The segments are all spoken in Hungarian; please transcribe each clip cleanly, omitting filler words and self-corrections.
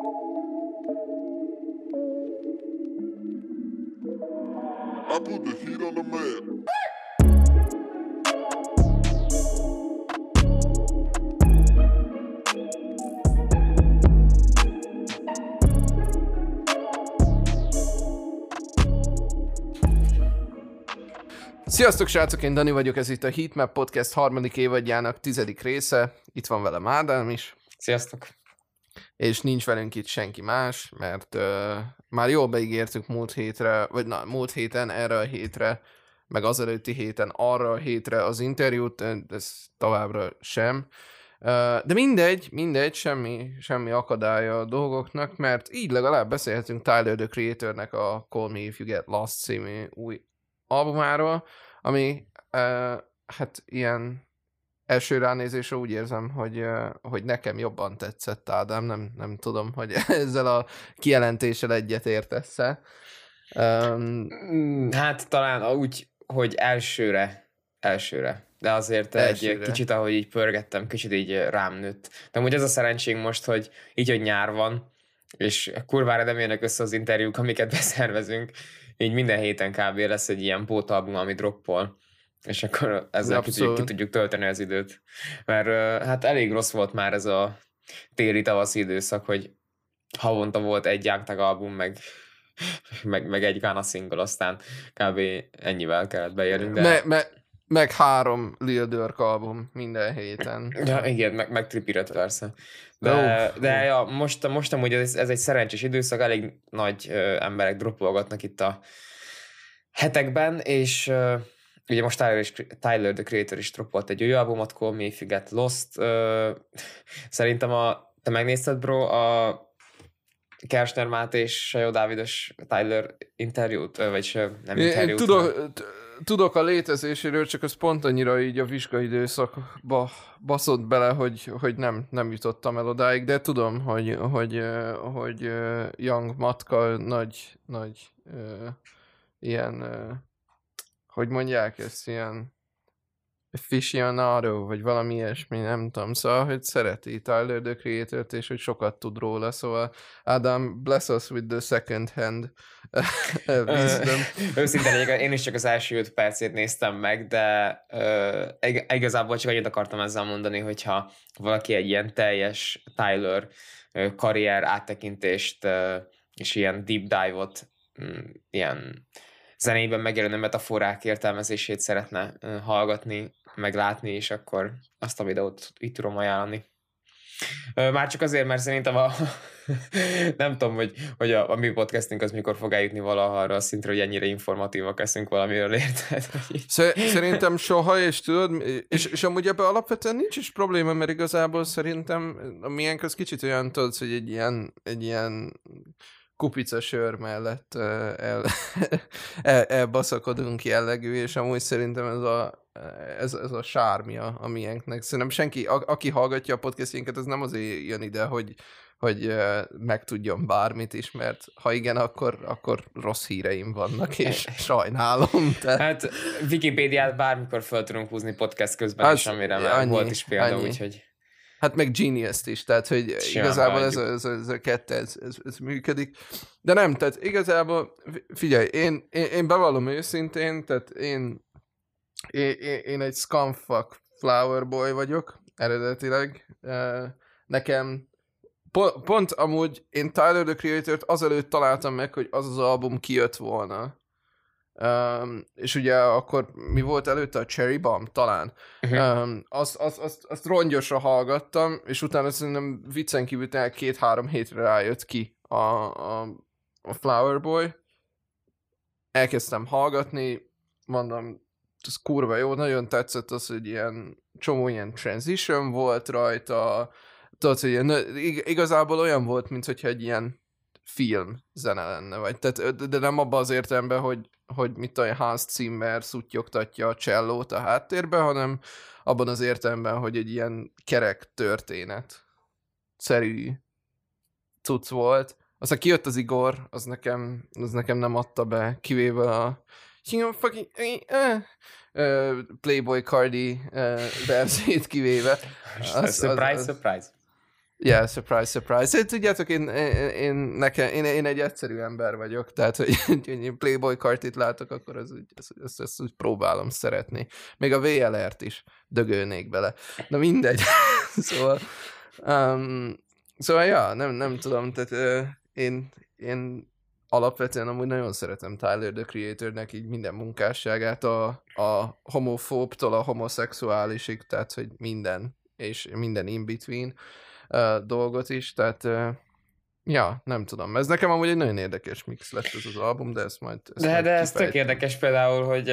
I put the heat on the man. Sziasztok srácok, én Dani vagyok, ez itt a Heatmap Podcast harmadik évadjának 10. része. Itt van velem Ádám is. Sziasztok! És nincs velünk itt senki más, mert már jól beígértük múlt héten erre a hétre, meg azelőtti héten arra a hétre az interjút, ez továbbra sem. De mindegy, semmi akadálya a dolgoknak, mert így legalább beszélhetünk Tyler, the Creatornek a Call Me If You Get Lost című új albumáról, ami hát ilyen első ránézésre úgy érzem, hogy nekem jobban tetszett, Ádám, nem tudom, hogy ezzel a kijelentéssel egyet értesz-e. Hát talán úgy, hogy elsőre, de azért egy kicsit, ahogy így pörgettem, kicsit így rám nőtt. De amúgy ez a szerencsénk most, hogy így, hogy nyár van, és kurvára nem jönnek össze az interjúk, amiket beszervezünk, így minden héten kb. Lesz egy ilyen pótalbum, ami droppol, és akkor ezzel ki tudjuk tölteni az időt. Mert hát elég rossz volt már ez a téli-tavaszi időszak, hogy havonta volt egy Young Thug album, meg egy Gunna single, aztán kb. Ennyivel kellett bejönünk, de... Meg 3 Lil Durk album minden héten. Ja, igen, meg Trippie persze. De ja, most amúgy ez egy szerencsés időszak, elég nagy emberek droppolgatnak itt a hetekben, és ugye most Tyler, the Creator is droppolt egy új albumot, Call Me If You Get Lost. Szerintem te megnézted, bro, a Kersner Máté és Sajó Dávidos Tyler interjút? Vagy nem interjút? Én tudok a létezéséről, csak az pont annyira így a vizsgaidőszakba baszott bele, hogy nem jutottam el odáig, de tudom, hogy Young Matka nagy ilyen, hogy mondják ezt, ilyen aficionado, vagy valami ilyesmi, nem tudom, szóval, hogy szereti Tyler, the Creator-t, és hogy sokat tud róla, szóval Adam, bless us with the second hand wisdom. Őszintén, én is csak az első 5 percét néztem meg, de igazából csak annyit akartam ezzel mondani, hogyha valaki egy ilyen teljes Tyler karrier áttekintést és ilyen deep dive-ot, ilyen zenében megjelenő metaforák értelmezését szeretne hallgatni, meg látni, és akkor azt a videót így tudom ajánlani. Már csak azért, mert szerintem nem tudom, hogy a mi podcastünk az mikor fog eljutni valaha arra a szintre, hogy ennyire informatívak leszünk valamiről, érted? Szerintem soha, és tudod, és amúgy ebben alapvetően nincs is probléma, mert igazából szerintem a miénk az kicsit olyan, tudod, hogy egy ilyen kupica sör mellett elbaszakodunk jellegű, és amúgy szerintem ez a sármja a miénknek. Szerintem senki, aki hallgatja a podcastjénket, az nem azért jön ide, hogy megtudjon bármit is, mert ha igen, akkor rossz híreim vannak, és sajnálom. Hát Wikipédiát bármikor fel tudunk húzni podcast közben, és amire már volt is példa, úgyhogy... Hát meg Genius-t is, tehát hogy simán igazából ez a kettő, ez működik. De nem, tehát igazából, figyelj, én bevallom őszintén, tehát én egy scumfuck flower boy vagyok, eredetileg. Nekem pont amúgy én Tyler, the Creator-t azelőtt találtam meg, hogy az album kijött volna. És ugye akkor mi volt előtte? A Cherry Bomb talán. Azt rongyosra hallgattam, és utána szerintem viccen kívül 2-3 hétre rájött ki a Flower Boy. Elkezdtem hallgatni, mondom, ez kurva jó, nagyon tetszett az, hogy csomó ilyen transition volt rajta, tudod, hogy igazából olyan volt, mintha egy ilyen film zene lenne, vagy. Tehát, de nem abban az értelemben, hogy mit a Hans Zimmer szuttyogtatja a csellót a háttérben, hanem abban az értelemben, hogy egy ilyen kerek történet szerű cucc volt. Aztán kijött az Igor, az nekem nem adta be, kivéve a Playboy Cardi verziót kivéve. Surprise. Yeah, surprise. Tudjátok, én egy egyszerű ember vagyok, tehát, hogy én Playboy kartit látok, akkor ezt úgy próbálom szeretni. Még a VLR-t is dögölnék bele. Na mindegy. Szóval ja, nem tudom, tehát én alapvetően amúgy nagyon szeretem Tyler, the Creatornek így minden munkásságát, a homofóbtól a homoszexuálisig, tehát, hogy minden, és minden in-between dolgot is, tehát ja, nem tudom. Ez nekem amúgy egy nagyon érdekes mix lett ez az album, de ezt majd de ez tök érdekes például, hogy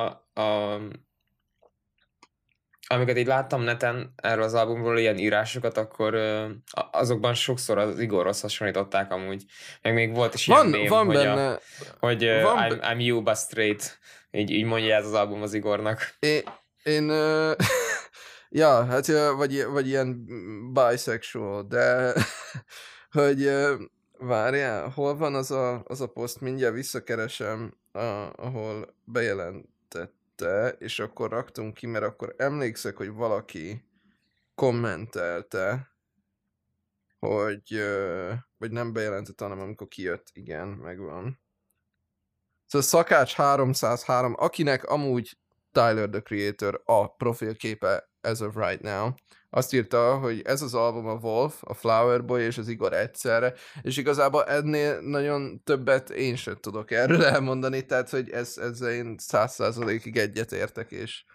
amiket így láttam neten erről az albumról ilyen írásokat, akkor azokban sokszor az Igorhoz hasonlították amúgy. Meg még volt is ilyen mém, hogy I'm you but straight. Így mondja ez az album az Igornak. Én ja, hát vagy ilyen bisexual, de hogy várjál, hol van az a poszt, mindjárt visszakeresem, ahol bejelentette, és akkor raktunk ki, mert akkor emlékszek, hogy valaki kommentelte, hogy vagy nem bejelentette, hanem amikor kijött, igen, megvan. Szóval Szakács 303, akinek amúgy Tyler, the Creator a profilképe as of right now. Azt írta, hogy ez az album a Wolf, a Flower Boy és az Igor egyszerre, és igazából ennél nagyon többet én sem tudok erről elmondani, tehát, hogy ezzel én 100%-ig egyetértek,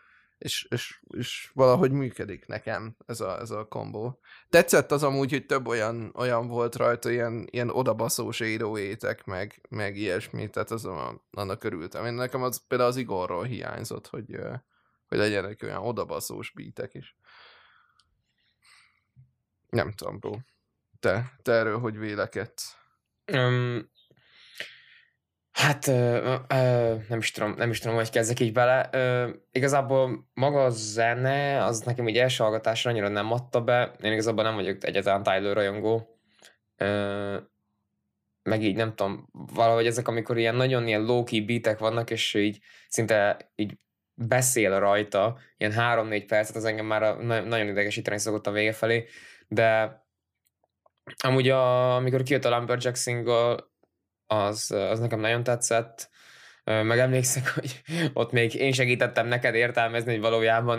és valahogy működik nekem ez a kombó. Tetszett az amúgy, hogy több olyan volt rajta, ilyen odabaszós éróétek, meg ilyesmi, tehát annak örültem. Én nekem az például az Igorról hiányzott, hogy legyenek olyan odabaszós beatek is. Nem tudom, bro. Te erről hogy vélekedsz? Hát nem is tudom, hogy kezdek így bele. Igazából maga a zene, az nekem így első hallgatásra annyira nem adta be. Én igazából nem vagyok egyáltalán Tyler rajongó. Meg így nem tudom, valahogy ezek, amikor ilyen nagyon ilyen low-key beatek vannak, és így szinte így beszél rajta, ilyen 3-4 percet, az engem már nagyon idegesíteni szokott a vége felé, de amúgy amikor kijött a Lumberjack single, az nekem nagyon tetszett. Meg emlékszek, hogy ott még én segítettem neked értelmezni, hogy valójában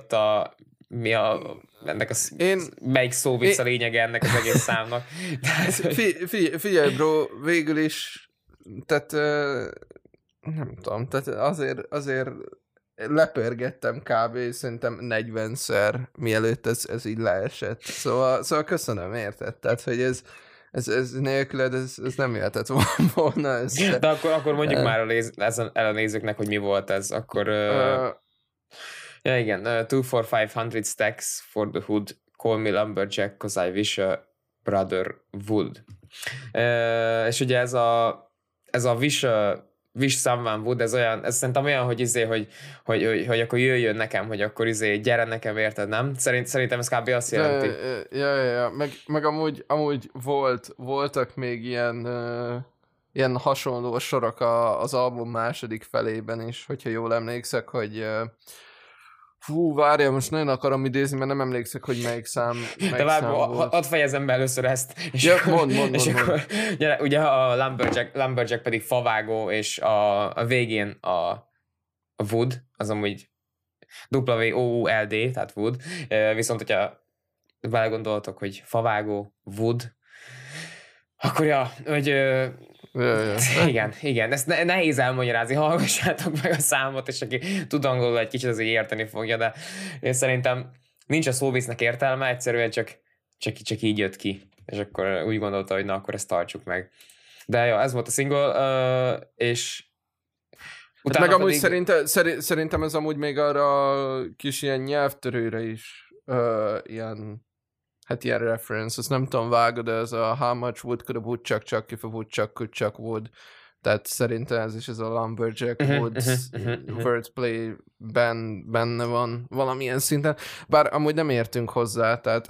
melyik szó vicc a lényege ennek az egész számnak. Figyelj, bro, végül is, tehát nem tudom, tehát azért lepörgettem kb. Szerintem 40-szer, mielőtt ez így leesett. Szóval köszönöm, érted? Tehát, hogy ez nélküled, ez nem jöhetett volna össze. De akkor mondjuk már el a nézőknek, hogy mi volt ez. Akkor... ja, igen. 2-4-500 stacks for the hood. Call me lumberjack, cause I wish a brother would. És ugye ez a wish someone would, ez szerintem olyan, hogy akkor jöjjön nekem, hogy akkor gyere nekem, érted, nem? Szerintem ez kb. Azt jelenti. Ja. Meg amúgy voltak még ilyen hasonló sorok az album második felében is, hogyha jól emlékszek, hogy várjál, most nagyon akarom idézni, mert nem emlékszek, hogy melyik szám de várj, hadd fejezem be először ezt. És ja, mondd. Akkor, ugye a Lumberjack pedig favágó, és a végén a wood, az amúgy W-O-U-L-D, tehát wood. Viszont, hogyha belegondoltok, hogy favágó, wood, akkor hogy... Igen, ezt nehéz elmagyarázni, hallgassátok meg a számot, és aki tud angolul egy kicsit azért érteni fogja, de én szerintem nincs a szóviccnek értelme, egyszerűen csak így jött ki, és akkor úgy gondolta, hogy na, akkor ezt tartsuk meg. De jó, ez volt a single, és utána meg amúgy szerintem ez amúgy még arra kis ilyen nyelvtörőre is ilyen reference, azt nem tudom, vágod, de ez a how much wood could a woodchuck if a woodchuck could chuck wood. Tehát szerintem ez is ez a Lumberjack Woods wordplay benne van valamilyen szinten. Bár amúgy nem értünk hozzá, tehát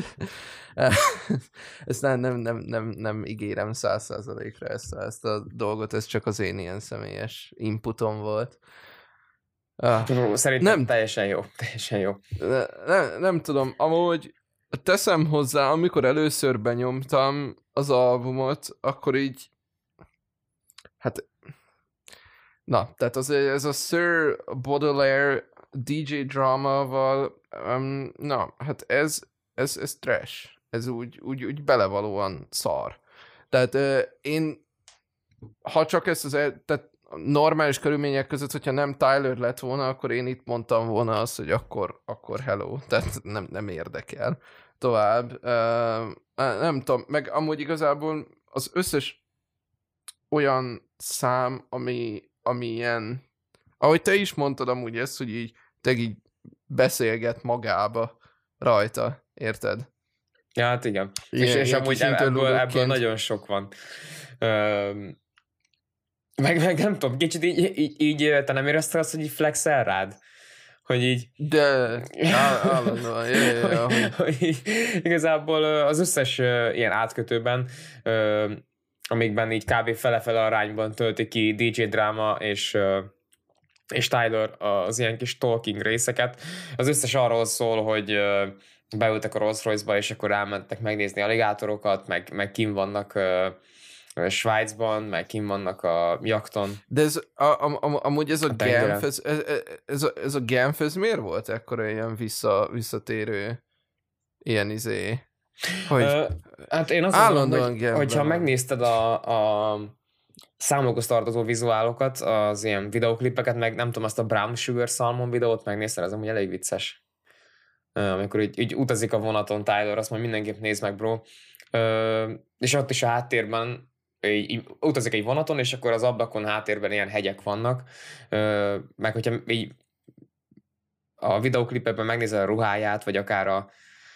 ezt nem ígérem 100%-ra ezt a dolgot, ez csak az én ilyen személyes inputom volt. Szerintem teljesen jó. Nem tudom, amúgy teszem hozzá, amikor először benyomtam az albumot, akkor így hát na, tehát ez a Sir Baudelaire DJ Drama-val na, hát ez trash. Ez úgy belevalóan szar. Tehát én ha csak ezt tehát normális körülmények között, hogyha nem Tyler lett volna, akkor én itt mondtam volna azt, hogy akkor hello. Tehát nem érdekel tovább. Nem tudom, meg amúgy igazából az összes olyan szám, ami ilyen, ahogy te is mondtad amúgy ezt, hogy így te így beszélget magába rajta, érted? Ja, hát igen. És amúgy ebből nagyon sok van. Meg nem tudom, kicsit így te nem érezted azt, hogy így flexel rád? Hogy így... De állandóan, hogy igazából az összes ilyen átkötőben, amikben így kb. Fele-fele arányban tölti ki DJ Drama és Tyler az ilyen kis talking részeket. Az összes arról szól, hogy beültek a Rolls Royce-ba, és akkor elmentek megnézni alligátorokat, meg kim vannak Svájcban, meg kim vannak a jakton. De ez amúgy ez a Genf, ez a Genf, ez miért volt ekkora ilyen visszatérő ilyen hogy hát én azt mondom, hogyha megnézted a számokhoz tartozó vizuálokat, az ilyen videóklipeket, meg nem tudom, azt a Brown Sugar Salmon videót megnézted, ez amúgy elég vicces. Amikor így utazik a vonaton Tyler, azt majd mindenképp nézd meg, bro. És ott is a háttérben így utazik egy vonaton, és akkor az ablakon háttérben ilyen hegyek vannak. Meg hogyha így a videóklipekben megnézel a ruháját, vagy akár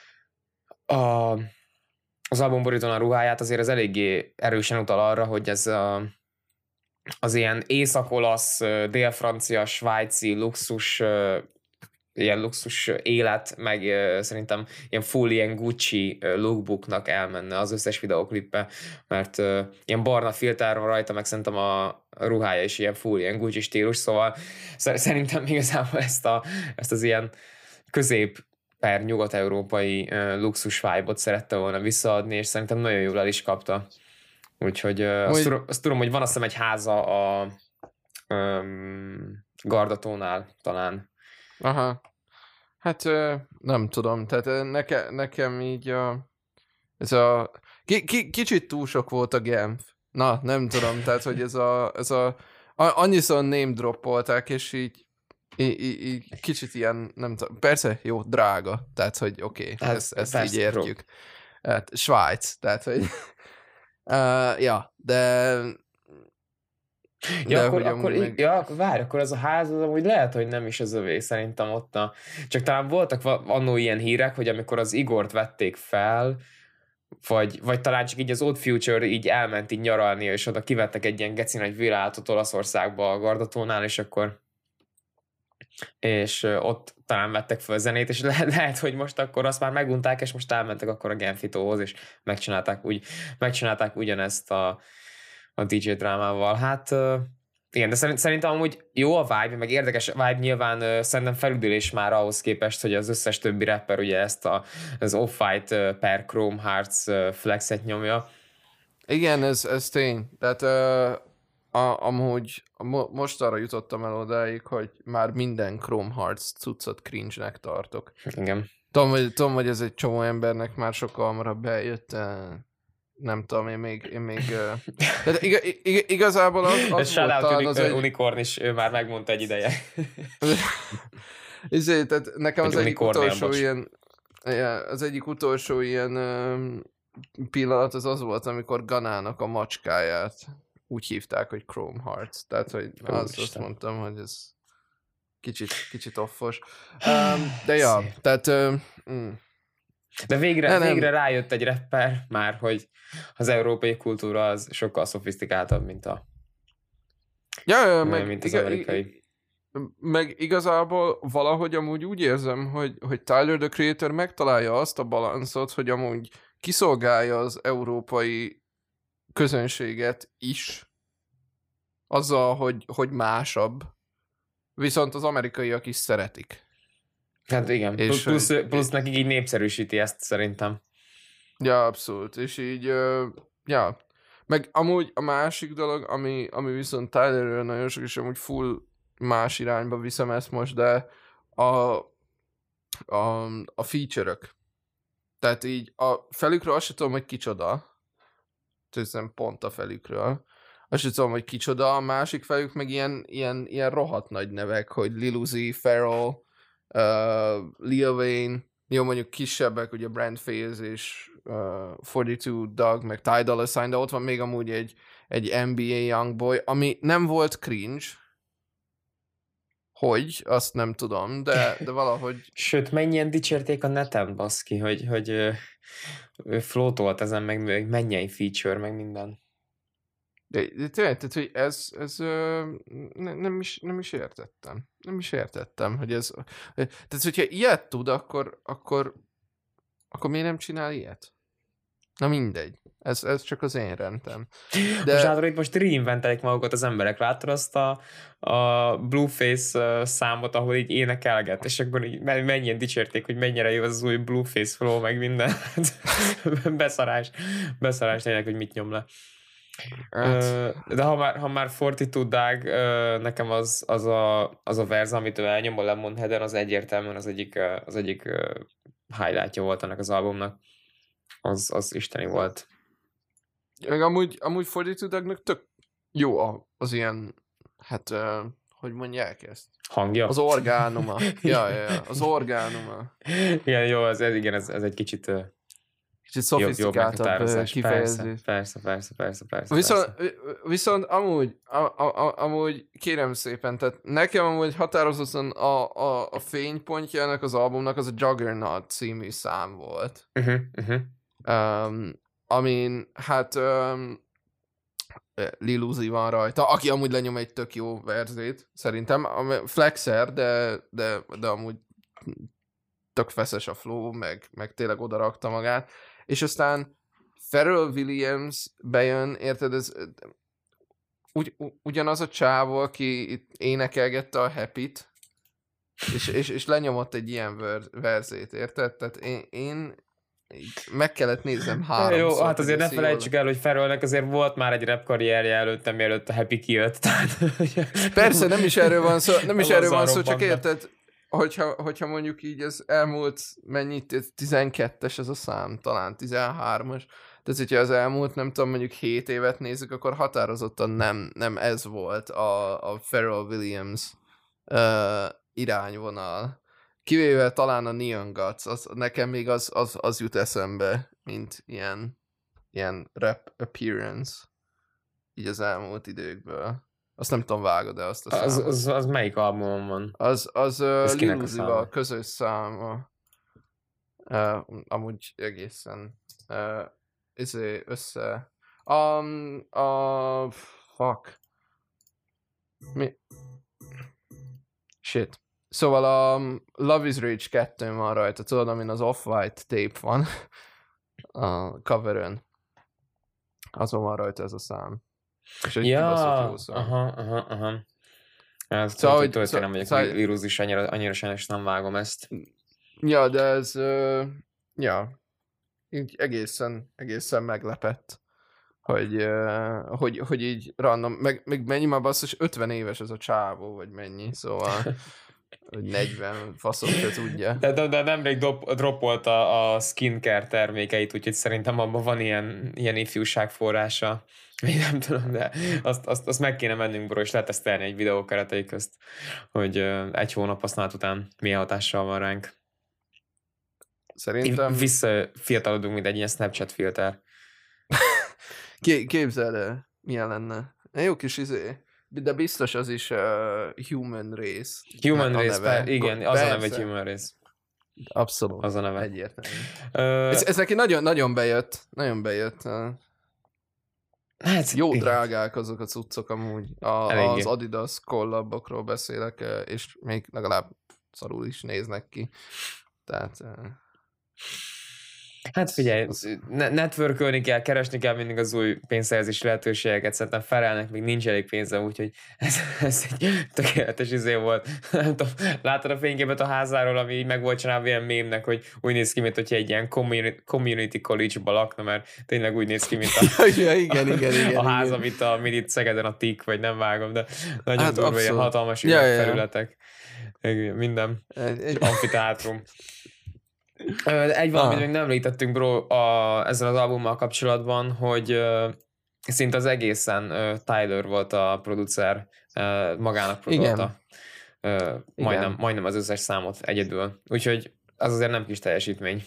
az albumborítón a ruháját, azért az eléggé erősen utal arra, hogy ez az ilyen észak-olasz, dél-francia, svájci luxus, ilyen luxus élet, meg szerintem ilyen full ilyen Gucci lookbooknak elmenne az összes videóklippe, mert ilyen barna filter van rajta, meg szerintem a ruhája is ilyen full ilyen Gucci stílus, szóval szerintem igazából ezt az ilyen közép per nyugat-európai luxus vibe-ot szerette volna visszaadni, és szerintem nagyon jól el is kapta. Úgyhogy azt tudom, hogy van azt hiszem egy háza a Gardatónál talán. Aha. Hát nem tudom, tehát nekem így ez a kicsit túl sok volt a Genf. Na, nem tudom, tehát hogy ez a annyiszor name droppolták, és így kicsit ilyen, nem tudom, persze, jó, drága, tehát hogy oké, ezt így értjük. Hát, Svájc, tehát hogy ja, de akkor várj, akkor az a ház az amúgy lehet, hogy nem is az övé, szerintem ott csak talán voltak annó ilyen hírek, hogy amikor az Igort vették fel, vagy talán csak így az Old Future így elment így nyaralni, és oda kivettek egy ilyen geci nagy villátot Olaszországba a Gardatónál, és ott talán vettek fel a zenét, és lehet, hogy most akkor azt már megunták, és most elmentek akkor a Genfitóhoz, és megcsinálták ugyanezt a DJ Drámával. Hát igen, de szerintem amúgy jó a vibe, meg érdekes a vibe, nyilván szerintem felüdülés már ahhoz képest, hogy az összes többi rapper ugye ezt az Off-White per Chrome Hearts flexet nyomja. Igen, ez tény. Tehát amúgy most arra jutottam el odáig, hogy már minden Chrome Hearts cuccot cringe-nek tartok. Igen. Tudom, hogy ez egy csomó embernek már sokkal hamarabb bejött, nem tudom, én még tehát igazából az volt talán az egy... Unicorn is, ő már megmondta egy ideje. Tehát nekem az egyik utolsó ilyen, az egyik utolsó ilyen pillanat az volt, amikor Ganának a macskáját úgy hívták, hogy Chrome Hearts. Tehát, hogy azt mondtam, hogy ez kicsit offos. De ja, tehát... De végre rájött egy rapper már, hogy az európai kultúra az sokkal szofisztikáltabb, mint mint az amerikai. Meg igazából valahogy amúgy úgy érzem, hogy Tyler, the Creator megtalálja azt a balanszot, hogy amúgy kiszolgálja az európai közönséget is, azzal, hogy másabb, viszont az amerikaiak is szeretik. Hát igen, és plusz nekik így népszerűsíti ezt szerintem. Ja, abszolút, és így, ja. Meg amúgy a másik dolog, ami viszont Tylerről nagyon sok, és amúgy full más irányba viszem ezt most, de a feature-ök. Tehát így a felükről azt sem tudom, hogy kicsoda. Tőzem pont a felükről. Azt sem tudom, hogy kicsoda. A másik felük meg ilyen rohadt nagy nevek, hogy Lil Uzi, Pharrell, Lil Wayne, jó, mondjuk kisebbek, ugye Brand Fayez és 42 Dugg, meg Ty Dolla $ign, de ott van még amúgy egy NBA Youngboy, ami nem volt cringe, hogy, azt nem tudom, de valahogy... Sőt, mennyien dicsérték a neten, baszki, hogy flótolt ezen, meg mennyei feature, meg minden. De tényleg, tehát, hogy ez nem is értettem. Nem is értettem, hogy ez... Tehát, hogyha ilyet tud, akkor miért nem csinál ilyet? Na mindegy. Ez csak az én rendem. De... Most látod, hogy most reinventelik magukat az emberek. Láttad azt a Blueface számot, ahol így énekelget, és akkor így mennyien dicsérték, hogy mennyire jó az új Blueface flow, meg minden. Beszarás tényleg, hogy mit nyom le. De ha már 42 Dugg, nekem az a verz, amit ő elnyom a Lemonhead-en, az egyértelműen az egyik highlightja volt ennek az albumnak. Az isteni volt. Meg amúgy 42 Duggnak tök jó az ilyen, hát, hogy mondják ezt? Hangja? Az orgánuma. Ja, az orgánuma. Igen, jó, ez egy kicsit szofisztikáltabb kifejezés. Persze. Viszont amúgy kérem szépen, tehát nekem amúgy határozottan a fénypontjának az albumnak az a Juggernaut című szám volt. Amin, hát Lil Uzi van rajta, aki amúgy lenyom egy tök jó verzét, szerintem. Flexer, de amúgy tök feszes a flow, meg tényleg oda rakta magát. És aztán Pharrell Williams bejön, érted, ez ugyanaz a csávó, aki itt énekelgette a Happy-t, és lenyomott egy ilyen verzét, érted? Tehát én meg kellett néznem 3 Jó, hát azért ne felejtsük el, hogy Pharrellnek azért volt már egy rap karrierje előtte, mielőtt a Happy kijött. Persze, nem is erről van szó, csak érted, hogyha mondjuk így az elmúlt, mennyit, 12-es ez a szám, talán 13-as, tehát hogyha az elmúlt, nem tudom, mondjuk 7 évet nézzük, akkor határozottan nem ez volt a Pharrell Williams irányvonal. Kivéve talán a Neon Guts, nekem még az jut eszembe, mint ilyen rap appearance így az elmúlt időkből. Azt nem tudom, vágod, de azt a számot. Az melyik albumon van? Az Lil Uzival közös száma. Amúgy egészen össze... Fuck. Mi? Shit. Szóval a Love is Rage 2 van rajta, tudod, amin az Off-White tape van a coverön. Azon van rajta ez a szám. És egy kibaszott jó szám. Aha. Szóval, hogy nem vagyok Lil Uzi is, annyira sajnos nem vágom ezt. Ja, de ez így egészen meglepett, hogy így random, meg mennyi már basszus, 50 éves ez a csávó, vagy mennyi, szóval... hogy 40 faszom se tudja. De nemrég droppolta a skincare termékeit, úgyhogy szerintem abban van ilyen ifjúság forrása. Még nem tudom, de azt meg kéne mennünk, bro, és letesztelni egy videó keretei közt, hogy 1 hónap használat után milyen hatással van ránk. Szerintem... Visszafiatalodunk, mint egy ilyen Snapchat filter. Képzeld el, milyen lenne. Jó kis de biztos az is Human Race. Human Race, igen, az a neve, egy Human Race. Abszolút. Az a neve. Egyértelmű. Ez neki nagyon bejött. Nagyon bejött. Hát, jó drágák azok a cuccok amúgy. Az Adidas collabokról beszélek, és még legalább szarul is néznek ki. Tehát... Hát figyelj, networkölni kell, keresni kell mindig az új pénzszerzési lehetőségeket, szerintem Ferelnek még nincs elég pénze, úgyhogy ez egy tökéletes izé volt. Nem tudom, látod a fényképet a házáról, ami így meg volt csinálva ilyen mémnek, hogy úgy néz ki, mint hogyha egy ilyen community college-ba lakna, mert tényleg úgy néz ki, mint ja, igen, a ház, amit itt Szegeden a TIK, vagy nem vágom, de nagyon hát durva, ilyen hatalmas üvegfelületek. Minden. Egy amfiteátrum. Egy valamit még nem említettünk, bro, ezzel az albummal kapcsolatban, hogy szinte az egészen Tyler volt a producer, magának produkálta. Majdnem az összes számot egyedül. Úgyhogy az azért nem kis teljesítmény.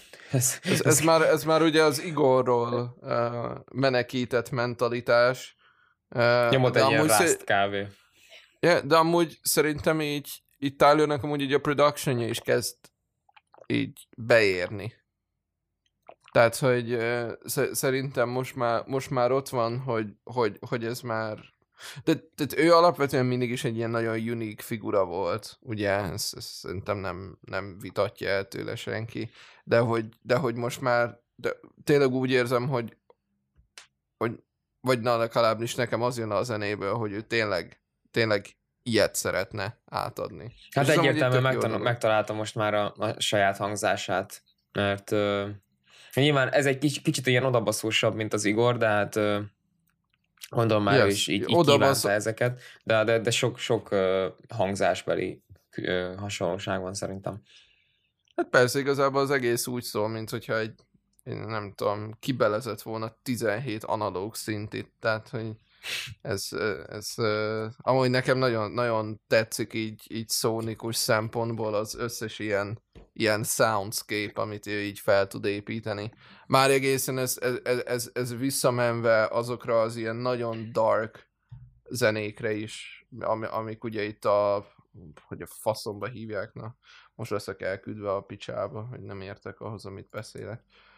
Ez már ugye az Igorról menekített mentalitás. Nyomott egy ilyen Rust kávé. De amúgy szerintem így Tylernek amúgy így a productionja is kezd így beérni. Tehát, hogy szerintem most már ott van, hogy ez már... Tehát ő alapvetően mindig is egy ilyen nagyon unique figura volt, ugye, ezt szerintem nem vitatja el tőle senki, de hogy most már tényleg úgy érzem, hogy vagy na, legalábbis nekem az jön a zenéből, hogy ő tényleg ilyet szeretne átadni. Hát egyértelműen megtalálta most már a saját hangzását, mert nyilván ez egy kicsit ilyen odabaszósabb, mint az Igor, de hát gondolom már is így kívánta ezeket, de sok hangzásbeli hasonlóság van szerintem. Hát persze, igazából az egész úgy szól, mint hogyha én nem tudom, kibelezett volna 17 analóg szintit, tehát, hogy ez amúgy nekem nagyon, nagyon tetszik így szónikus szempontból az összes ilyen soundscape, amit ő így fel tud építeni. Már egészen ez visszamenve azokra az ilyen nagyon dark zenékre is, amik ugye itt hogy a faszomba hívják, na, most leszek elküldve a picsába, hogy nem értek ahhoz, amit beszélek.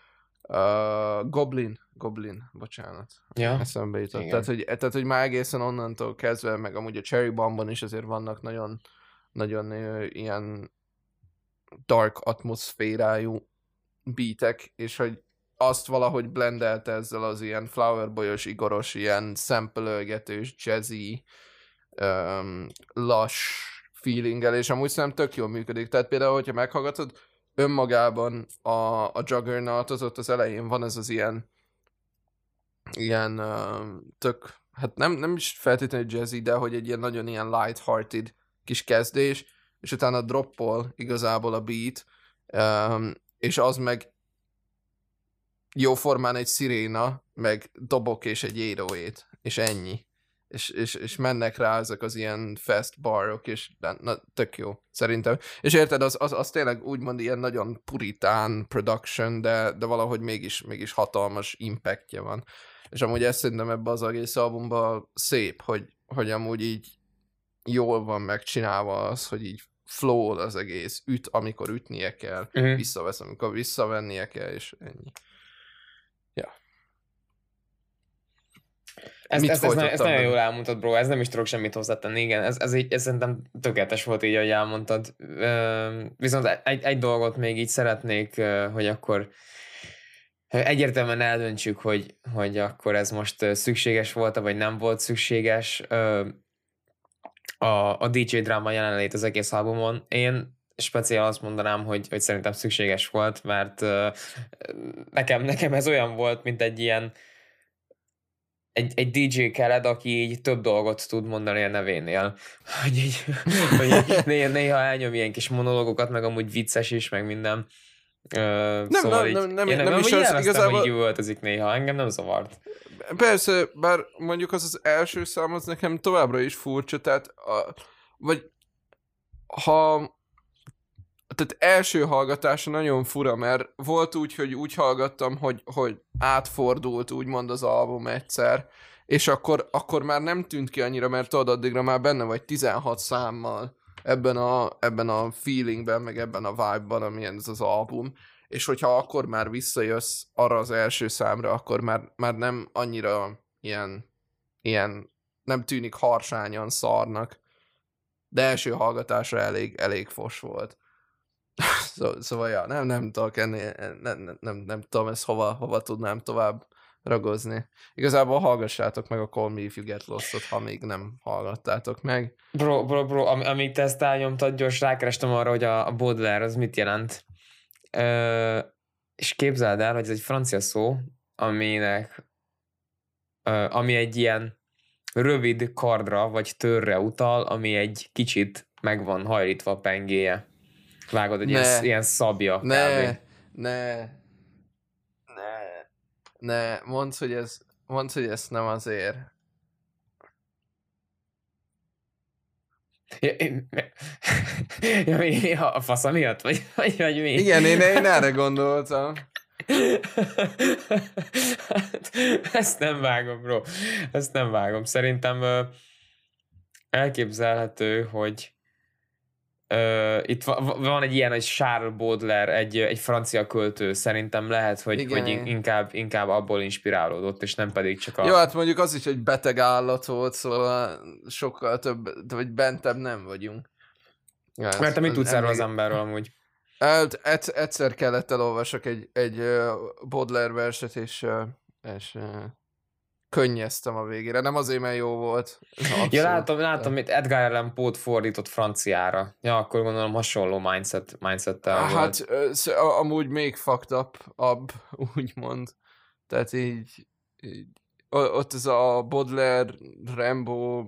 Goblin, bocsánat. Ja. Eszembe jutott. Tehát, hogy már egészen onnantól kezdve, meg amúgy a Cherry Bombon is azért vannak nagyon, nagyon ilyen dark atmoszférájú beatek, és hogy azt valahogy blendelte ezzel az ilyen Flowerboy-os, igoros, ilyen sample-ölgetős, jazzy, lush feelinggel, és amúgy szerintem tök jól működik. Tehát például, hogyha meghallgatod, önmagában a Juggernautot ott az elején van ez az ilyen tök, hát nem is feltétlenül jazzy, de hogy egy ilyen nagyon ilyen light-hearted kis kezdés, és utána droppol igazából a beat, és az meg jóformán egy sziréna, meg dobok és egy 808, és ennyi. És mennek rá ezek az ilyen fast barok, és na, tök jó, szerintem. És érted, az tényleg úgymond ilyen nagyon puritán production, de valahogy mégis hatalmas impactja van. És amúgy ezt szerintem ebben az egész albumban szép, hogy amúgy így jól van megcsinálva az, hogy így flow az egész, üt, amikor ütnie kell, visszavesz, amikor visszavennie kell, és ennyi. Ja. Ezt nagyon jól elmondtad, bro, ez nem is tudok semmit hozzátenni, igen, ez szerintem tökéletes volt így, ahogy elmondtad. Viszont egy dolgot még így szeretnék, hogy akkor egyértelműen eldöntsük, hogy akkor ez most szükséges volt, vagy nem volt szükséges. A DJ dráma jelenlét az egész albumon. Én speciál azt mondanám, hogy szerintem szükséges volt, mert nekem ez olyan volt, mint egy ilyen egy DJ Khaled, aki így több dolgot tud mondani a nevénél. Hogy néha elnyom ilyen kis monológokat, meg amúgy vicces is, meg minden. Nem is az igazából... hogy üvöltözik néha, engem nem zavart. Persze, bár mondjuk az első szám az nekem továbbra is furcsa, tehát vagy ha tehát első hallgatása nagyon fura, mert volt úgy, hogy úgy hallgattam, hogy átfordult úgymond az album egyszer, és akkor már nem tűnt ki annyira, mert tudod, addigra már benne vagy 16 számmal ebben a feelingben, meg ebben a vibe-ban, amilyen ez az album, és hogyha akkor már visszajössz arra az első számra, akkor már nem annyira ilyen nem tűnik harsányan szarnak, de első hallgatásra elég fos volt. Szóval ja, nem tudok ennél, nem tudom ezt hova tudnám tovább ragozni. Igazából hallgassátok meg a Call Me If You Get Lost-ot, ha még nem hallgattátok meg. Bro, amíg te ezt elnyomtad, gyors rákerestem arra, hogy a Baudelaire az mit jelent. És képzeld el, hogy ez egy francia szó, ami egy ilyen rövid kardra vagy törre utal, ami egy kicsit meg van hajlítva a pengéje. Vágod, hogy ilyen szabja. Ne, mondd, hogy ez nem azért. Ja, a fasza miatt? Vagy mi? Igen, én erre gondoltam. Ezt nem vágom, bro. Ezt nem vágom. Szerintem elképzelhető, hogy itt van egy ilyen, hogy Charles Baudelaire, egy francia költő, szerintem lehet, hogy inkább abból inspirálódott, és nem pedig csak a... Jó, hát mondjuk az is, hogy beteg állat volt, szóval sokkal több, vagy bentebb nem vagyunk. Ja, mert te mit tudsz erről az emberről amúgy? Egyszer kellett elolvasok egy Baudelaire verset, és könnyeztem a végére. Nem azért, mert jó volt. Abszolút. Ja, látom, itt Edgar Allan Poe-t fordított franciára. Ja, akkor gondolom hasonló mindsettel volt. Hát amúgy még fucked up, úgymond. Tehát így ott ez a Baudelaire, Rimbaud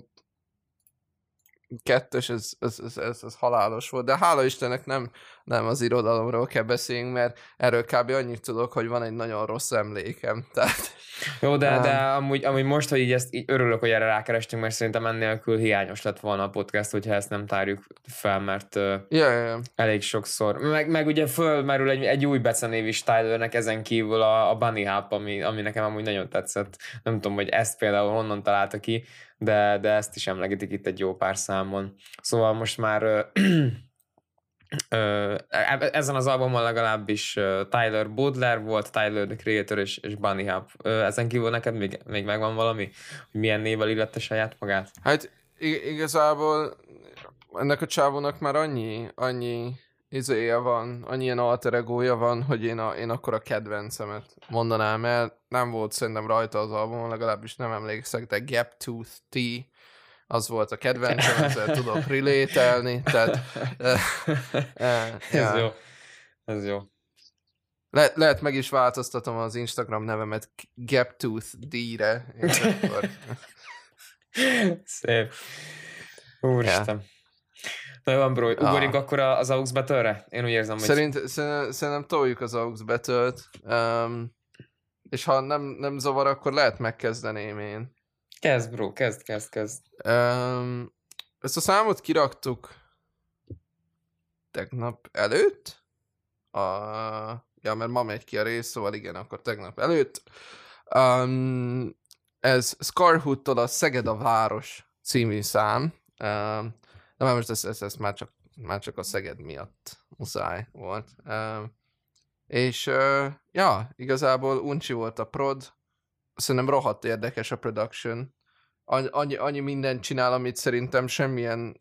2-es, ez halálos volt, de hála Istennek nem az irodalomról kell beszélni, mert erről kb. Annyit tudok, hogy van egy nagyon rossz emlékem. Tehát, jó, de amúgy most, hogy így örülök, hogy erre rákerestünk, mert szerintem ennélkül hiányos lett volna a podcast, hogyha ezt nem tárjuk fel, mert elég sokszor. Meg ugye fölmerül egy új becenév is Tylernek, ezen kívül a Bunny Hop, ami nekem amúgy nagyon tetszett. Nem tudom, hogy ezt például honnan találta ki, de ezt is emlegetik itt egy jó pár számon. Szóval most már ezen az albumon legalábbis Tyler Baudelaire volt, Tyler the Creator és Bunny Hop. Ezen kívül neked még megvan valami, hogy milyen névvel illette saját magát? Hát igazából ennek a csávónak már annyi izéje van, annyi ilyen alter egója van, hogy én akkor a kedvencemet mondanám el. Nem volt szerintem rajta az albumon, legalábbis nem emlékszek, de Gaptooth T az volt a kedvencem, ezzel tudok relate-elni, tehát... Ez jó. Lehet meg is változtatom az Instagram nevemet Gaptooth D-re. Szép. Úristen. Na jó van, bro, ugorjunk akkor az AUX Battle-re? Én úgy érzem, hogy... Szerintem toljuk az AUX Battle-t, és ha nem zavar, akkor lehet megkezdeném én. Kezd, bro, kezd. Ezt a számot kiraktuk tegnap előtt. Mert ma megy ki a rész, szóval igen, akkor tegnap előtt. Ez Scarhood-tól a Szeged a Város című szám. De már most ez már csak a Szeged miatt muszáj volt. És igazából uncsi volt a prod. Szerintem rohadt érdekes a production. Annyi mindent csinál, amit szerintem semmilyen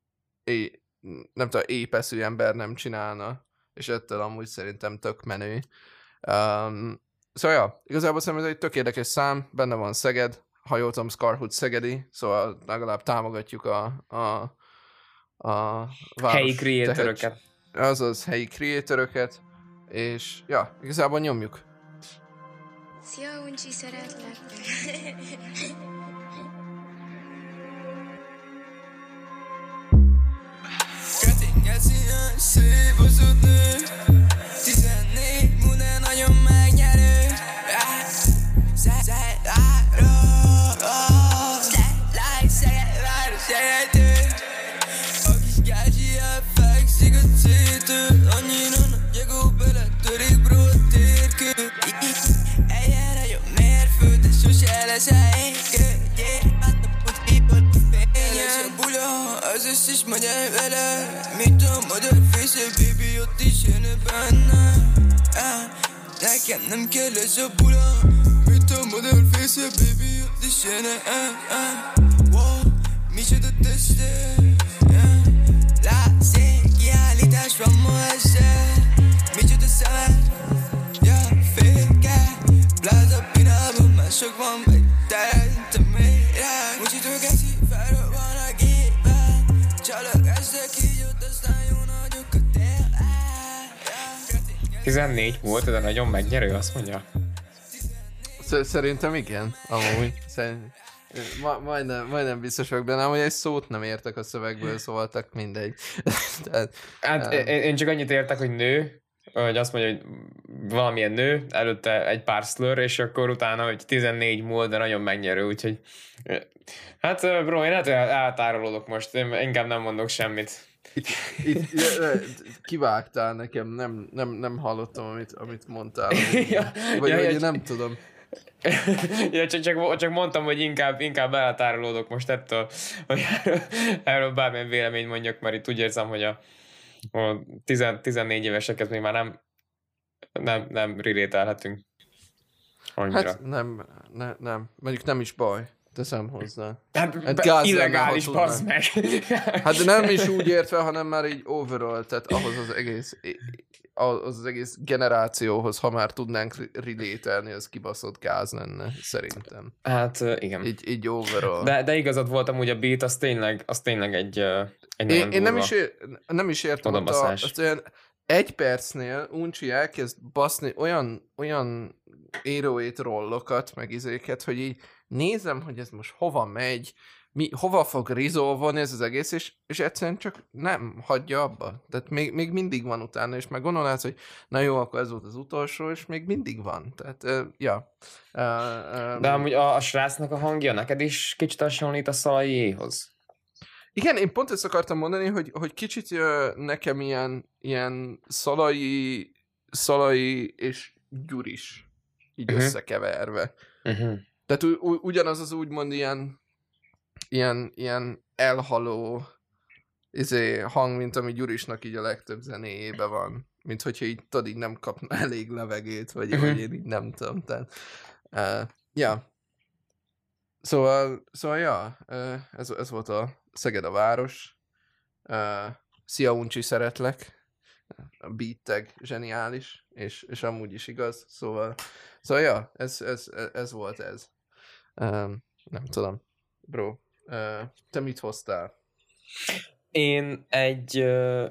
épeszű ember nem csinálna. És ettől amúgy szerintem tök menő. Szóval igazából szerintem ez egy tök érdekes szám. Benne van Szeged. Ha jól tudom, Scarhood szegedi. Szóval legalább támogatjuk a város helyi creatoröket. Azaz, helyi creatoröket. És igazából nyomjuk. Szia, uncsi, szeretlek. Kötényezi ön szép az ott nő. 14 múne nagyon megnyerő. Szegedváros sejtő. A kis gácsi elfekszik a cétől. Annyira nagy egó beletörik bro térkő. Eljel nagyon mérfő, de sose lesz elégő. Elesz a bula, az összes magyar vele. Mint a magyar fésze, baby, ott is jönne benne. Nekem nem kell ez a bula. Mint a magyar fésze, baby, ott is jönne. Micsoda teste. Látszik, kiállítás van ma este. van, meg terentem méreg. Úgyhogy tőkeszi, felrobban a gépen. Csalok estek így ott, aztán jó nagyok a tél. 14 volt, de nagyon megnyerő, azt mondja. Szerintem igen, amúgy. Majdnem biztos vagyok benne, hogy egy szót nem értek a szövegből, szóval tök mindegy. Tehát, hát én csak annyit értek, hogy nő, hogy azt mondja, hogy valamilyen nő, előtte egy pár slur, és akkor utána, hogy 14 múl, de nagyon megnyerő, úgyhogy hát bro, én eltárolódok most, én inkább nem mondok semmit. Itt kivágtál nekem, nem hallottam, amit mondtál. Vagy nem tudom. Ja, csak mondtam, hogy inkább eltárolódok most ettől, hogy erről bármilyen véleményt mondjak, mert itt úgy érzem, hogy a 14 éveseket még már nem relételhetünk annyira. Hát nem. Mondjuk nem is baj. Teszem hozzá. Hát illegális, bazd meg! Hát de nem is úgy értve, hanem már így overall, tehát ahhoz az egész generációhoz, ha már tudnánk relételni, az kibaszott gáz lenne, szerintem. Hát igen. Így overall. De igazad volt amúgy a beat, az tényleg egy nagyon én nem is értem, azt olyan 1 percnél Uncsi elkezd baszni olyan 808 rollokat, meg izéket, hogy így nézem, hogy ez most hova megy, hova fog resolve-olni ez az egész, és egyszerűen csak nem hagyja abba. Tehát még mindig van utána, és meg gondolsz, hogy na jó, akkor ez volt az utolsó, és még mindig van. Tehát, ja. De amúgy a srácnak a hangja neked is kicsit hasonlít a Szalaiéhoz. Igen, én pont ezt akartam mondani, hogy kicsit nekem ilyen Szalai és Gyuris így összekeverve. Tehát ugyanaz az úgymond ilyen elhaló hang, mint ami Gyurisnak így a legtöbb zenéjében van. Mint hogyha így tudod, így nem kapna elég levegőt, vagy én így nem tudom. Tehát, ja. Szóval ja, ez volt a Szeged a város. Szia Uncsi, szeretlek. A beat tag zseniális, és amúgy is igaz. Szóval ja, ez volt ez. Nem tudom. Bro, te mit hoztál? Én egy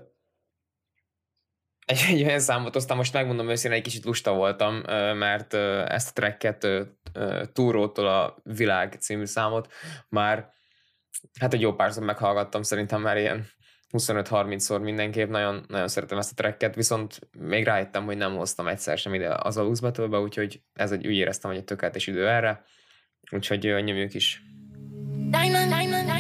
olyan számot hoztam, most megmondom őszintén, egy kicsit lusta voltam, mert ezt a tracket Túrótól a Világ című számot már hát egy jó párszor meghallgattam, szerintem már ilyen 25-30-szor mindenképp, nagyon, nagyon szeretem ezt a tracket, viszont még rájöttem, hogy nem hoztam egyszer sem ide az a Lux Battle-be, úgyhogy úgy éreztem, hogy egy tökéletes idő erre, úgyhogy nyomjuk is. Diamond.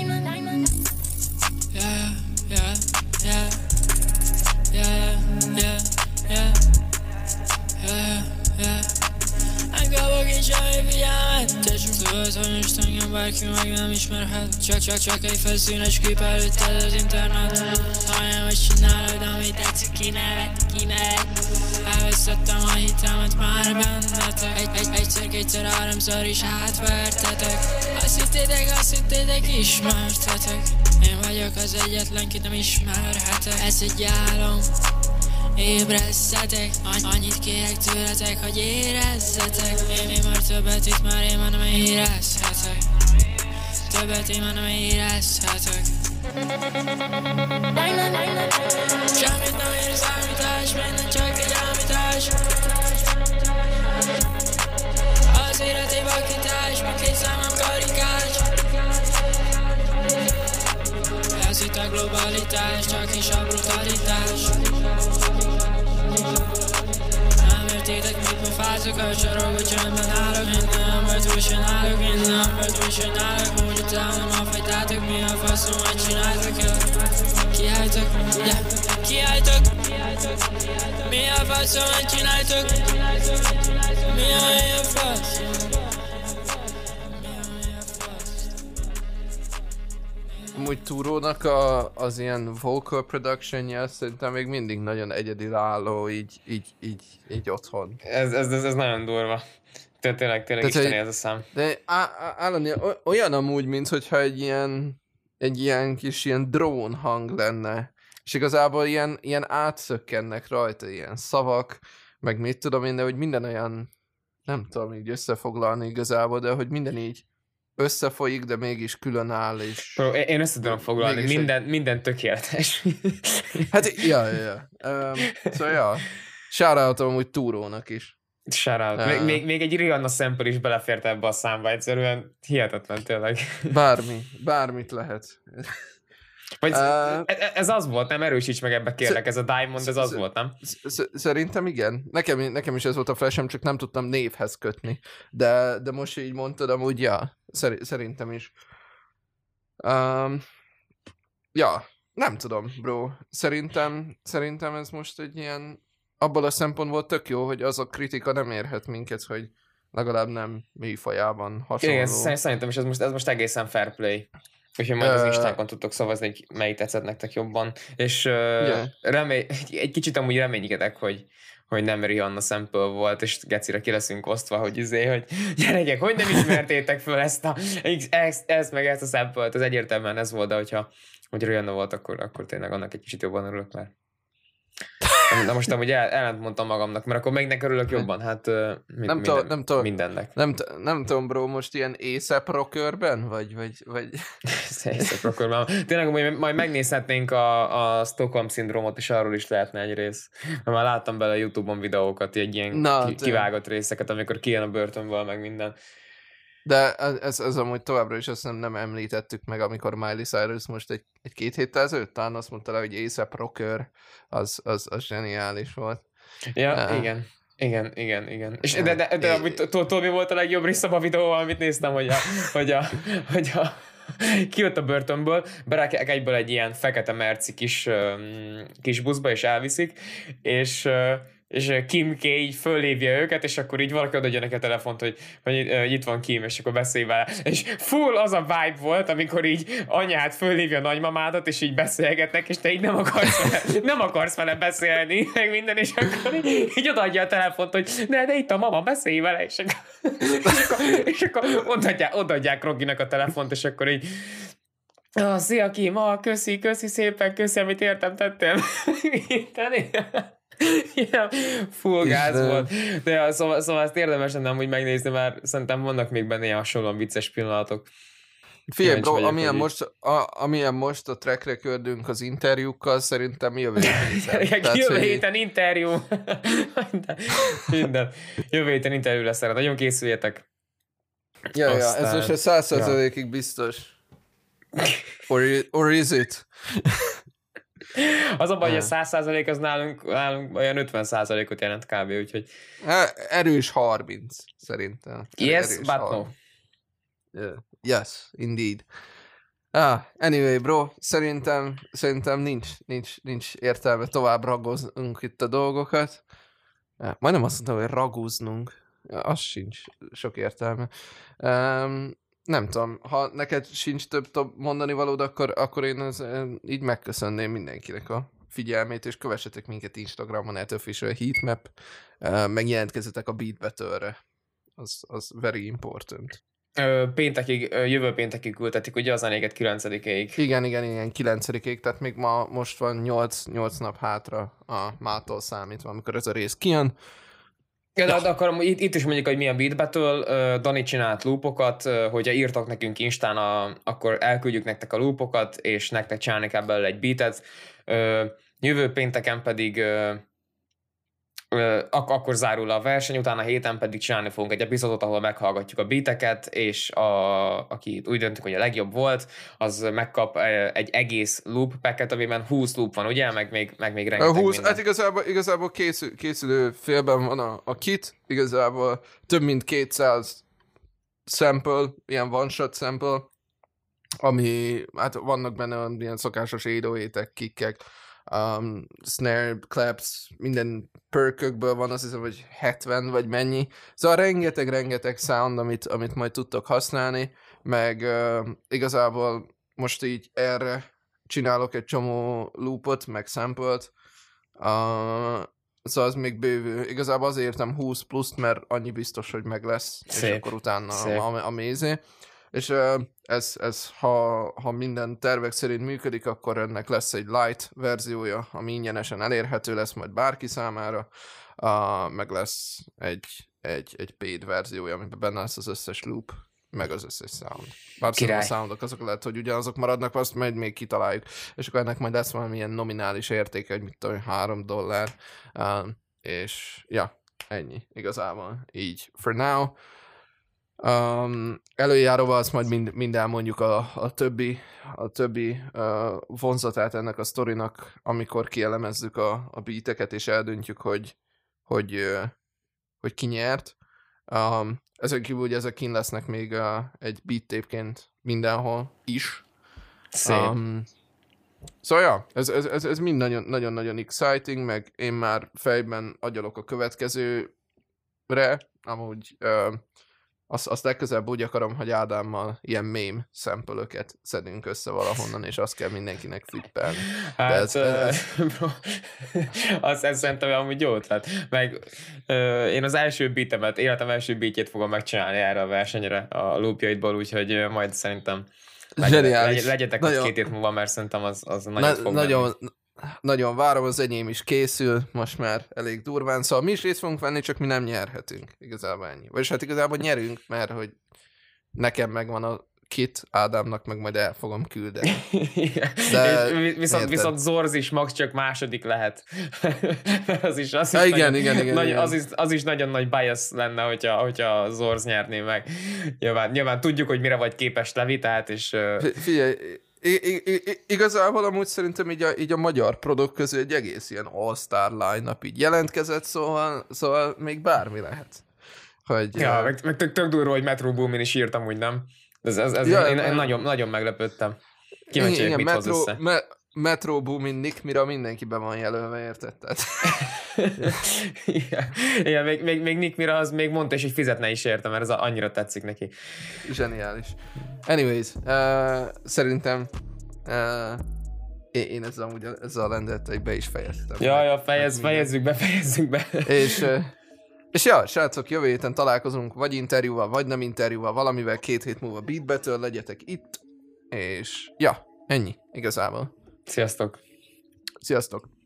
Engem a kicsány figyelmet, tessünk tudod, hogy most engem bárki meg nem ismerhet. Csak egy felszínes kép előtted az internet. Hanem, hogy csinálod, amit tetszik, kinevet. Elvesztettem a hitelmet már bennetek. Egyszer-kétszer, háromszor is átvertetek. Azt hittétek, ismertetek. Én vagyok az egyetlen, kit nem ismerhetek. Ez egy álom, ébresztetek. Annyit kérek tőletek, hogy érezzetek. Én már többet itt már én már nem érezhetek. Többet én már nem érezhetek. Semmit nem ér számítás, minden csak egy álmítás. Az életi vakítás, mint egy számom karikás. Ez itt a globalitás, csak is a brutalitás. Nem értétek, mit pofázok, a sarokba csöndben állok. Én nem vagy úgy csinálok, úgy utálom a fajtátok. Mi a faszom, hogy csináltok el? Kiálltok, mi a faszom, hogy csináltok? Mi a faszom? Amúgy Túrónak az ilyen vocal productionja szerintem még mindig nagyon egyedülálló így otthon. Ez nagyon durva. Tényleg isteni ez a szám. De olyan amúgy, mintha egy ilyen kis ilyen drón hang lenne. És igazából ilyen átszökkennek rajta ilyen szavak, meg mit tudom én, de hogy minden olyan nem tudom így összefoglalni igazából, de hogy minden így összefolyik, de mégis külön áll, és... Bro, én össze tudom foglalni, minden tökéletes. Hát, ja. Szóval, ja. Shout-outom úgy Túrónak is. Shout-out. Még egy Rihanna sample is belefért ebbe a számba, egyszerűen hihetetlen tényleg. Bármit lehet. Vagy ez az volt, nem? Erősíts meg ebbe kérlek, ez a Diamond, ez az volt, nem? Szerintem igen. Nekem is ez volt a flashem, csak nem tudtam névhez kötni. De most így mondtad, amúgy ja, szerintem is. Ja, nem tudom, bro. Szerintem ez most egy ilyen, abból a szempontból tök jó, hogy az a kritika nem érhet minket, hogy legalább nem műfajában hasonló. Igen, szerintem is ez most egészen fair play. Úgyhogy majd az Instánkon tudtok szavazni, hogy melyik tetszett nektek jobban. És egy kicsit amúgy reménykedek, hogy nem Rihanna sample volt, és gecire ki leszünk osztva, hogy gyerekek, hogy nem ismertétek föl ezt meg ezt a sample-t, az egyértelműen ez volt, de hogyha Rihanna volt, akkor tényleg annak egy kicsit jobban örülök már. Na most amúgy ellent mondtam magamnak, mert akkor még örülök jobban, hát mindennek. Nem tudom, bro, most ilyen A$AP Rockerben, vagy... A$AP Rockerben. Tényleg majd megnézhetnénk a Stockholm-szindrómot, és arról is lehetne egy rész. Már láttam bele a YouTube-on videókat, egy ilyen kivágott részeket, amikor kijön a börtönből, meg minden. De ez amúgy továbbra is azt nem említettük meg, amikor Miley Cyrus most egy-két héttel ezelőtt talán azt mondta le, hogy A$AP Rocker, az zseniális volt. Ja, igen. És de tudod, mi volt a legjobb rész a videóval, amit néztem, hogy kijött a börtönből, berakják egyből egy ilyen fekete merci kis buszba, és elviszik, és Kim K így föllépje őket, és akkor így valaki odaadja neki a telefont, hogy itt van Kim, és akkor beszélj vele. És full az a vibe volt, amikor így anyád föllépje a nagymamádat, és így beszélgetnek, és te így nem akarsz vele beszélni, meg minden, és akkor így odaadja a telefont, hogy de itt a mama, beszélj vele, és akkor odaadják Roginak a telefont, és akkor így szia Kim, köszi szépen, köszi, amit értem tettél. Igen, full gáz volt. De szóval ezt érdemes lenne amúgy megnézni, mert szerintem vannak még benne ilyen hasonlóan vicces pillanatok. Figyelj, bro, amilyen most a track recordünk az interjúkkal, szerintem jövő héten. Jövő héten interjú. Minden. Jövő héten interjú lesz erre. Nagyon készüljetek. Ja, ez most 100%-ig biztos. Or is it? Az a baj, hogy a 100% az nálunk olyan 50%-ot jelent kb. Úgyhogy... Erős 30, szerintem. Yes, but no. Yeah. Yes, indeed. Anyway, bro, szerintem nincs értelme tovább ragoznunk itt a dolgokat. Majdnem azt mondtam, hogy ragúznunk. Az sincs sok értelme. Nem tudom, ha neked sincs több mondani valód, akkor én így megköszönném mindenkinek a figyelmét, és kövessetek minket Instagramon, @official heatmap, megjelentkezzetek a Beat Battle-re. Az very important. Jövő péntekig ültetik, ugye az zenéket 9-ig. Igen, 9-ig, tehát még most van 8 nap hátra a mától számítva, amikor ez a rész kijön. Ja, de akkor itt is mondjuk, hogy milyen Beat Battle, Dani csinált loopokat, hogyha írtak nekünk Instán, akkor elküldjük nektek a loopokat, és nektek csinálni kell belőle egy beatet. Jövő pénteken pedig akkor zárul a verseny, utána héten pedig csinálni fogunk egy epizódot, ahol meghallgatjuk a beateket, és aki úgy döntünk, hogy a legjobb volt, az megkap egy egész loop packet, amiben 20 loop van, ugye? Meg még rengeteg 20, minden. Hát igazából készülő félben van a kit, igazából több mint 200 sample, ilyen one-shot sample, ami, hát vannak benne ilyen szokásos 808-ek, kickek, snare, claps, minden perkökből van, azt hiszem, hogy 70 vagy mennyi. Szóval rengeteg sound, amit majd tudtok használni, meg igazából most így erre csinálok egy csomó loopot, meg sample-t, szóval az még bővő. Igazából azért értem 20 pluszt, mert annyi biztos, hogy meg lesz, szép, és akkor utána a mézé. És ez ha minden tervek szerint működik, akkor ennek lesz egy light verziója, ami ingyenesen elérhető lesz majd bárki számára, meg lesz egy egy paid verziója, amiben benne lesz az összes loop, meg az összes sound. Bár a soundok azok lehet, hogy ugyanazok maradnak, azt majd még kitaláljuk. És akkor ennek majd lesz valamilyen nominális értéke, hogy mit tudom, $3. És ja, ennyi igazából. Így for now. Előjáróval azt majd mind elmondjuk a többi vonzatát ennek a sztorinak, amikor kielemezzük a beateket, és eldöntjük, hogy ki nyert. Ezen kívül ugye ezek kint lesznek még egy beat tape-ként mindenhol is. Szép. Szóval ja, ez mind nagyon-nagyon exciting, meg én már fejben agyalok a következőre, amúgy azt legközelebb úgy akarom, hogy Ádámmal ilyen meme szempölöket szedünk össze valahonnan, és azt kell mindenkinek flippelni. Hát, azt szerintem amúgy jó ötlet. Meg én az első beatemet, életem első beatjét fogom megcsinálni erre a versenyre, a loopjaidból, úgyhogy majd szerintem legyetek ott 2 hét múlva, mert szerintem az nagyon fog menni. Nagyon várom, az enyém is készül, most már elég durván, szóval mi is részt fogunk venni, csak mi nem nyerhetünk, igazából ennyi. Vagyis hát igazából nyerünk, mert hogy nekem megvan a kit, Ádámnak meg majd el fogom küldeni. De viszont Zorz is max csak második lehet. Az is nagyon nagy bias lenne, hogyha Zorz nyerné meg. Nyilván tudjuk, hogy mire vagy képes, Levi, tehát és... Figyelj, igazából amúgy szerintem így a magyar produkt közül egy egész ilyen all-star line-up így jelentkezett, szóval még bármi lehet. Hogy, ja, meg tök durva, hogy Metro Boomin is írtam, úgy nem? Én nagyon meglepődtem. Kíváncsi vagyok, mit hoz össze. Metro Boomin Nick Mira mindenki be van jelölve, érted? Igen, még Nick Mira az még mondta is, hogy fizetne is érte, mert ez annyira tetszik neki. Zseniális. Anyways, szerintem én ezzel a rendelet be is fejeztem. Ja, fejezzük be. És ja, srácok, jövő héten találkozunk, vagy interjúval, vagy nem interjúval, valamivel 2 hét múlva Beat Battle, legyetek itt, és ja, ennyi, igazából. Sziasztok! Sziasztok!